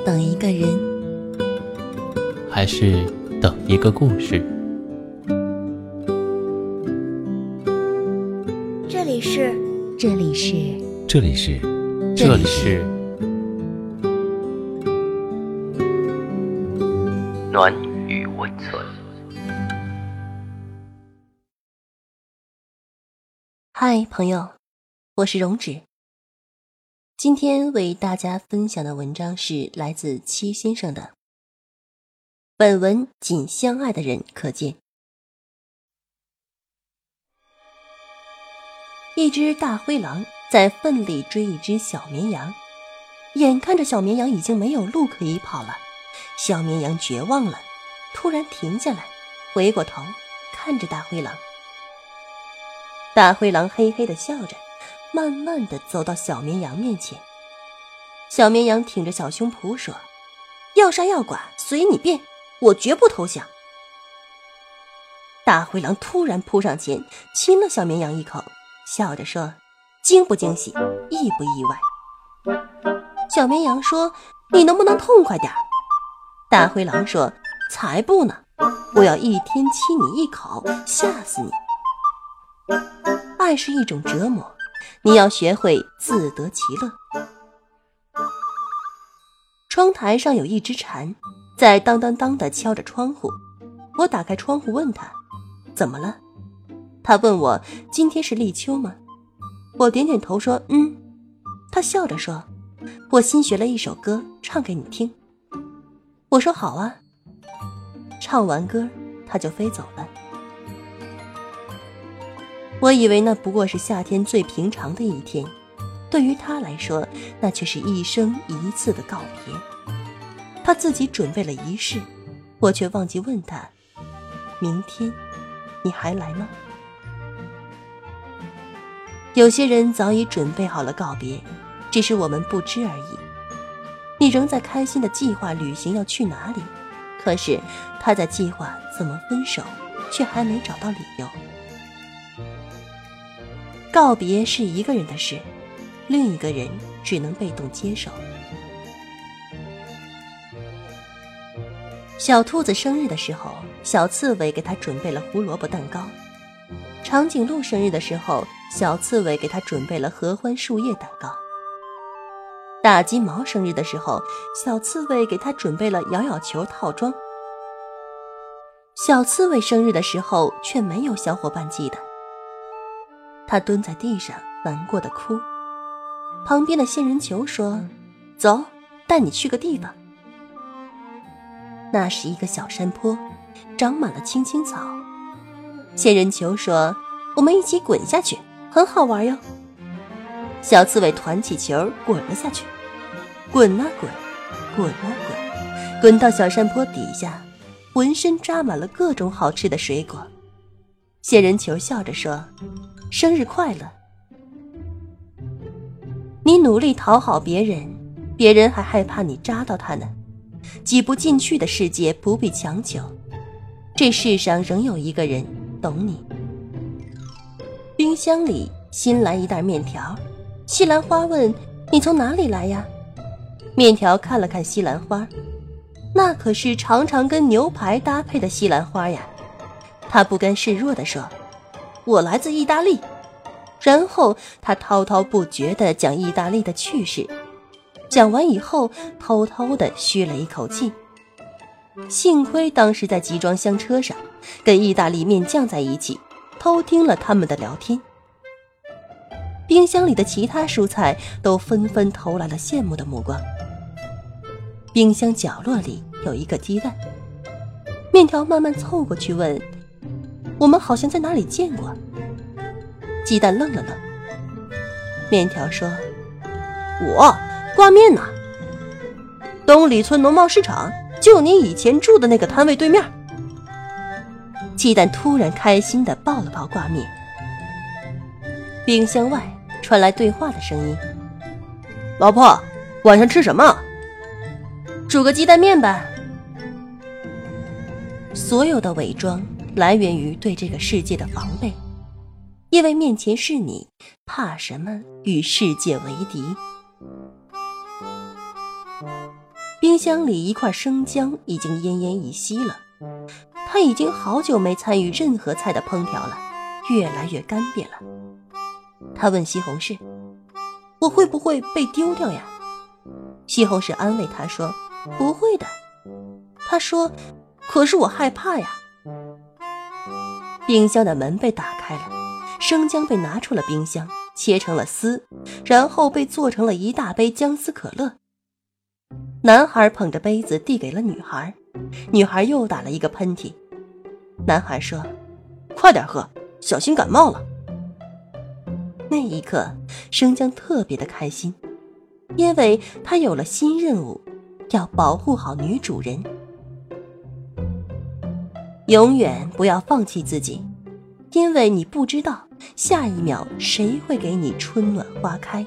等一个人， 还是等一个故事？ 这里是暖与温存。 嗨，朋友，我是荣止。今天为大家分享的文章是来自七先生的。本文仅相爱的人可见。一只大灰狼在奋力追一只小绵羊，眼看着小绵羊已经没有路可以跑了，小绵羊绝望了，突然停下来，回过头看着大灰狼。大灰狼嘿嘿地笑着，慢慢地走到小绵羊面前。小绵羊挺着小胸脯说：要杀要剐随你便，我绝不投降。大灰狼突然扑上前亲了小绵羊一口，笑着说：惊不惊喜，意不意外？小绵羊说：你能不能痛快点？大灰狼说：才不呢，我要一天亲你一口，吓死你。爱是一种折磨，你要学会自得其乐。窗台上有一只蝉，在当当当地敲着窗户。我打开窗户问他：怎么了？他问我今天是立秋吗？我点点头说他笑着说：我新学了一首歌，唱给你听。我说好啊。唱完歌他就飞走了。我以为那不过是夏天最平常的一天，对于他来说，那却是一生一次的告别。他自己准备了仪式，我却忘记问他：明天你还来吗？有些人早已准备好了告别，只是我们不知而已。你仍在开心地计划旅行要去哪里，可是他在计划怎么分手，却还没找到理由。告别是一个人的事，另一个人只能被动接受。小兔子生日的时候，小刺猬给他准备了胡萝卜蛋糕。长颈鹿生日的时候，小刺猬给他准备了合欢树叶蛋糕。大金毛生日的时候，小刺猬给他准备了摇摇球套装。小刺猬生日的时候却没有小伙伴记得。他蹲在地上难过的哭。旁边的仙人球说：走，带你去个地方。那是一个小山坡，长满了青青草。仙人球说：我们一起滚下去，很好玩哟。小刺猬团起球滚了下去，滚啊滚，滚啊滚，滚到小山坡底下，浑身扎满了各种好吃的水果。仙人球笑着说：生日快乐。你努力讨好别人，别人还害怕你扎到他呢。挤不进去的世界不必强求，这世上仍有一个人懂你。冰箱里新来一袋面条，西兰花问：你从哪里来呀？面条看了看西兰花，那可是常常跟牛排搭配的西兰花呀。他不甘示弱地说：我来自意大利。然后他滔滔不绝地讲意大利的趣事，讲完以后偷偷地吁了一口气。幸亏当时在集装箱车上跟意大利面酱在一起，偷听了他们的聊天。冰箱里的其他蔬菜都纷纷投来了羡慕的目光。冰箱角落里有一个鸡蛋，面条慢慢凑过去问：我们好像在哪里见过？鸡蛋愣了愣。面条说：我挂面呢，东里村农贸市场，就你以前住的那个摊位对面。鸡蛋突然开心地抱了抱挂面。冰箱外传来对话的声音：老婆，晚上吃什么？煮个鸡蛋面吧。所有的伪装来源于对这个世界的防备，因为面前是你，怕什么与世界为敌？ 冰箱里一块生姜已经奄奄一息了，他已经好久没参与任何菜的烹调了，越来越干瘪了。他问西红柿，我会不会被丢掉呀？西红柿安慰他说，不会的。他说，可是我害怕呀。冰箱的门被打开了，生姜被拿出了冰箱，切成了丝，然后被做成了一大杯姜丝可乐。男孩捧着杯子递给了女孩，女孩又打了一个喷嚏。男孩说，快点喝，小心感冒了。那一刻，生姜特别的开心，因为他有了新任务，要保护好女主人。永远不要放弃自己，因为你不知道下一秒谁会给你春暖花开。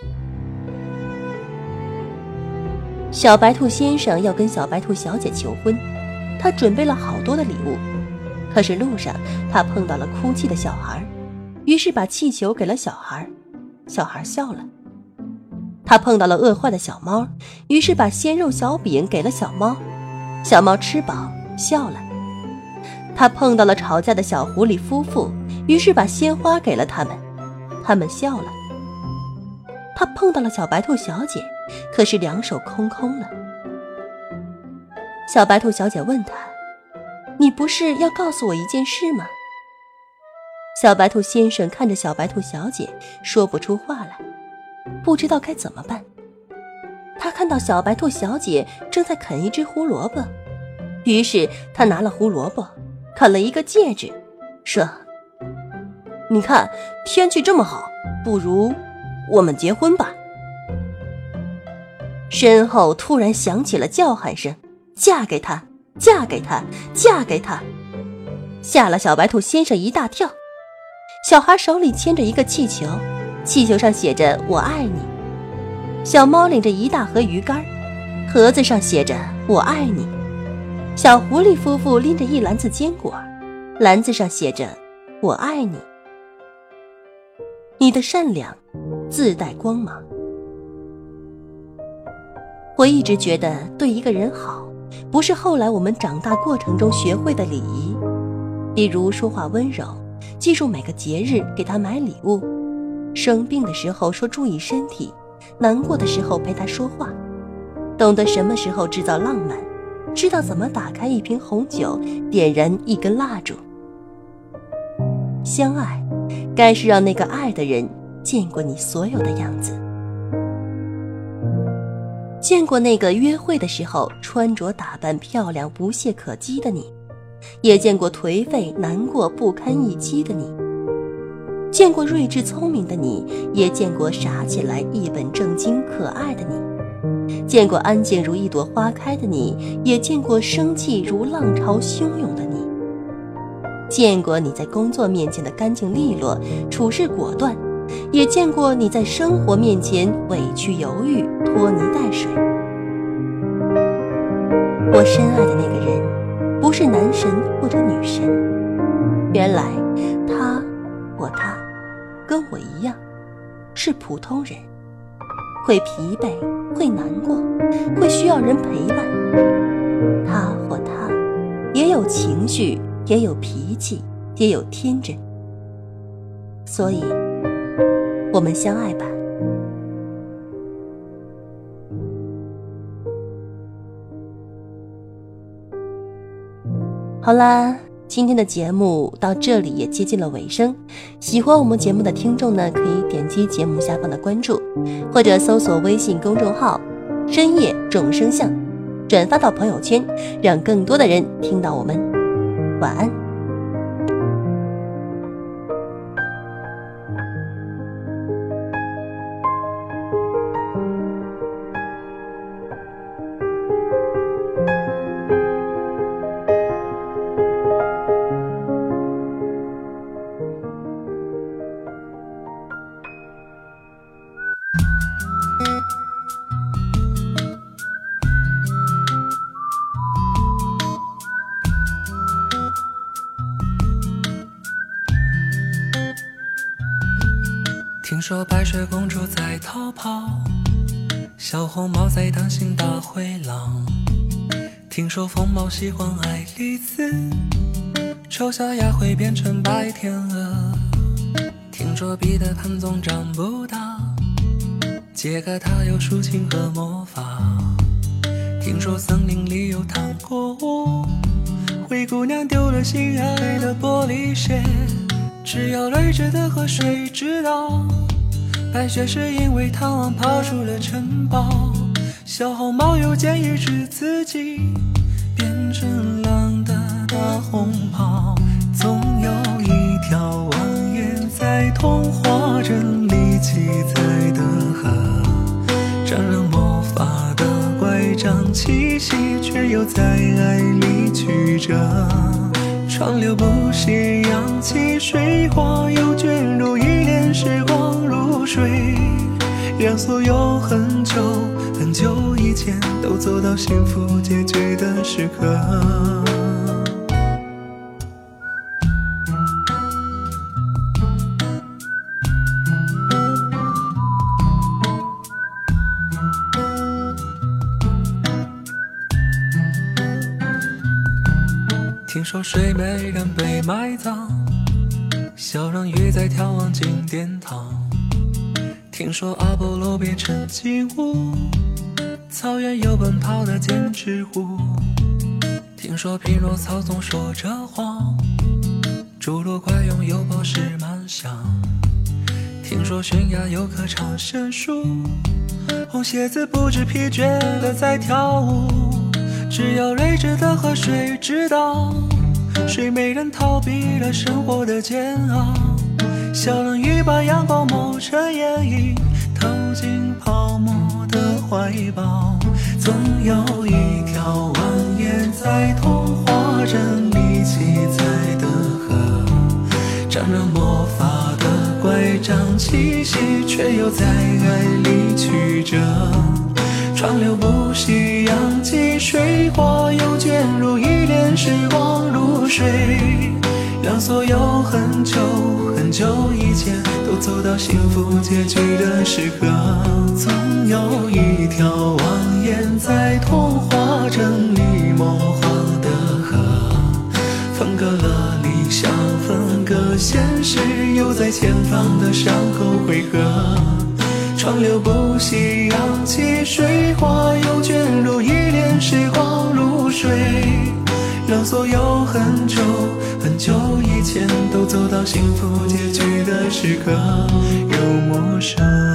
小白兔先生要跟小白兔小姐求婚，他准备了好多的礼物，可是路上他碰到了哭泣的小孩，于是把气球给了小孩，小孩笑了。他碰到了饿坏的小猫，于是把鲜肉小饼给了小猫，小猫吃饱笑了。他碰到了吵架的小狐狸夫妇，于是把鲜花给了他们，他们笑了。他碰到了小白兔小姐，可是两手空空了。小白兔小姐问他，你不是要告诉我一件事吗？小白兔先生看着小白兔小姐，说不出话来，不知道该怎么办。他看到小白兔小姐正在啃一只胡萝卜，于是他拿了胡萝卜，啃了一个戒指，说，你看天气这么好，不如我们结婚吧。身后突然响起了叫喊声，嫁给他，嫁给他，嫁给他，吓了小白兔先生一大跳。小孩手里牵着一个气球，气球上写着我爱你。小猫领着一大盒鱼干，盒子上写着我爱你。小狐狸夫妇拎着一篮子坚果，篮子上写着我爱你。你的善良自带光芒。我一直觉得对一个人好，不是后来我们长大过程中学会的礼仪，比如说话温柔，记住每个节日给他买礼物，生病的时候说注意身体，难过的时候陪他说话，懂得什么时候制造浪漫，知道怎么打开一瓶红酒，点燃一根蜡烛。相爱该是让那个爱的人见过你所有的样子，见过那个约会的时候穿着打扮漂亮无懈可击的你，也见过颓废难过不堪一击的你，见过睿智聪明的你，也见过傻起来一本正经可爱的你，见过安静如一朵花开的你，也见过生气如浪潮汹涌的你，见过你在工作面前的干净利落，处事果断，也见过你在生活面前委屈犹豫，拖泥带水。我深爱的那个人不是男神或者女神，原来他或她跟我一样是普通人，会疲惫，会难过，会需要人陪伴。他或她也有情绪，也有脾气，也有天真，所以我们相爱吧。好啦，今天的节目到这里也接近了尾声，喜欢我们节目的听众呢，可以点击节目下方的关注，或者搜索微信公众号深夜众生相，转发到朋友圈，让更多的人听到我们。晚安。 听说白雪公主在逃跑， 小红帽在担心大灰狼，听说疯猫喜欢爱丽丝，丑小鸭会变成白天鹅，听说彼得潘总长不大，杰克他有抒情和魔法，听说森林里有糖果屋，灰姑娘丢了心爱的玻璃鞋，只有睿智的河水知道，白雪是因为贪玩跑出了城堡，小红帽又建议使自己变成狼的大红袍，总有一条蜿蜒在童话镇里七彩的河，沾了魔法的乖张气息，却又在爱里曲折，川流不息，扬起水花，又卷入一帘时光如水，让所有很久很久以前都走到幸福结局的时刻。听说睡美人被埋葬，小人鱼在眺望金殿堂，听说阿波罗变成金乌，草原有奔跑的剑齿虎，听说匹诺曹总说着谎，侏罗怪拥有宝石满箱，听说悬崖有棵长生树，红鞋子不知疲倦的在跳舞，只有睿智的河水知道，睡美人逃避了生活的煎熬，小人鱼把阳光抹成眼影，投进泡沫的怀抱，总有一条蜿蜒在童话镇里七彩的河，沾了魔法的乖张气息，却又在爱里曲折，川流不息，扬起水花，又卷入一帘时光如水，让所有很久很久以前都走到幸福结局的时刻，总有一条蜿蜒在童话镇里魔幻的河，分割了理想，分割现实，又在前方的伤口汇合，川流不息，扬起水花，又卷入一帘时光如水，让所有很久很久以前都走到幸福结局的时刻又陌生。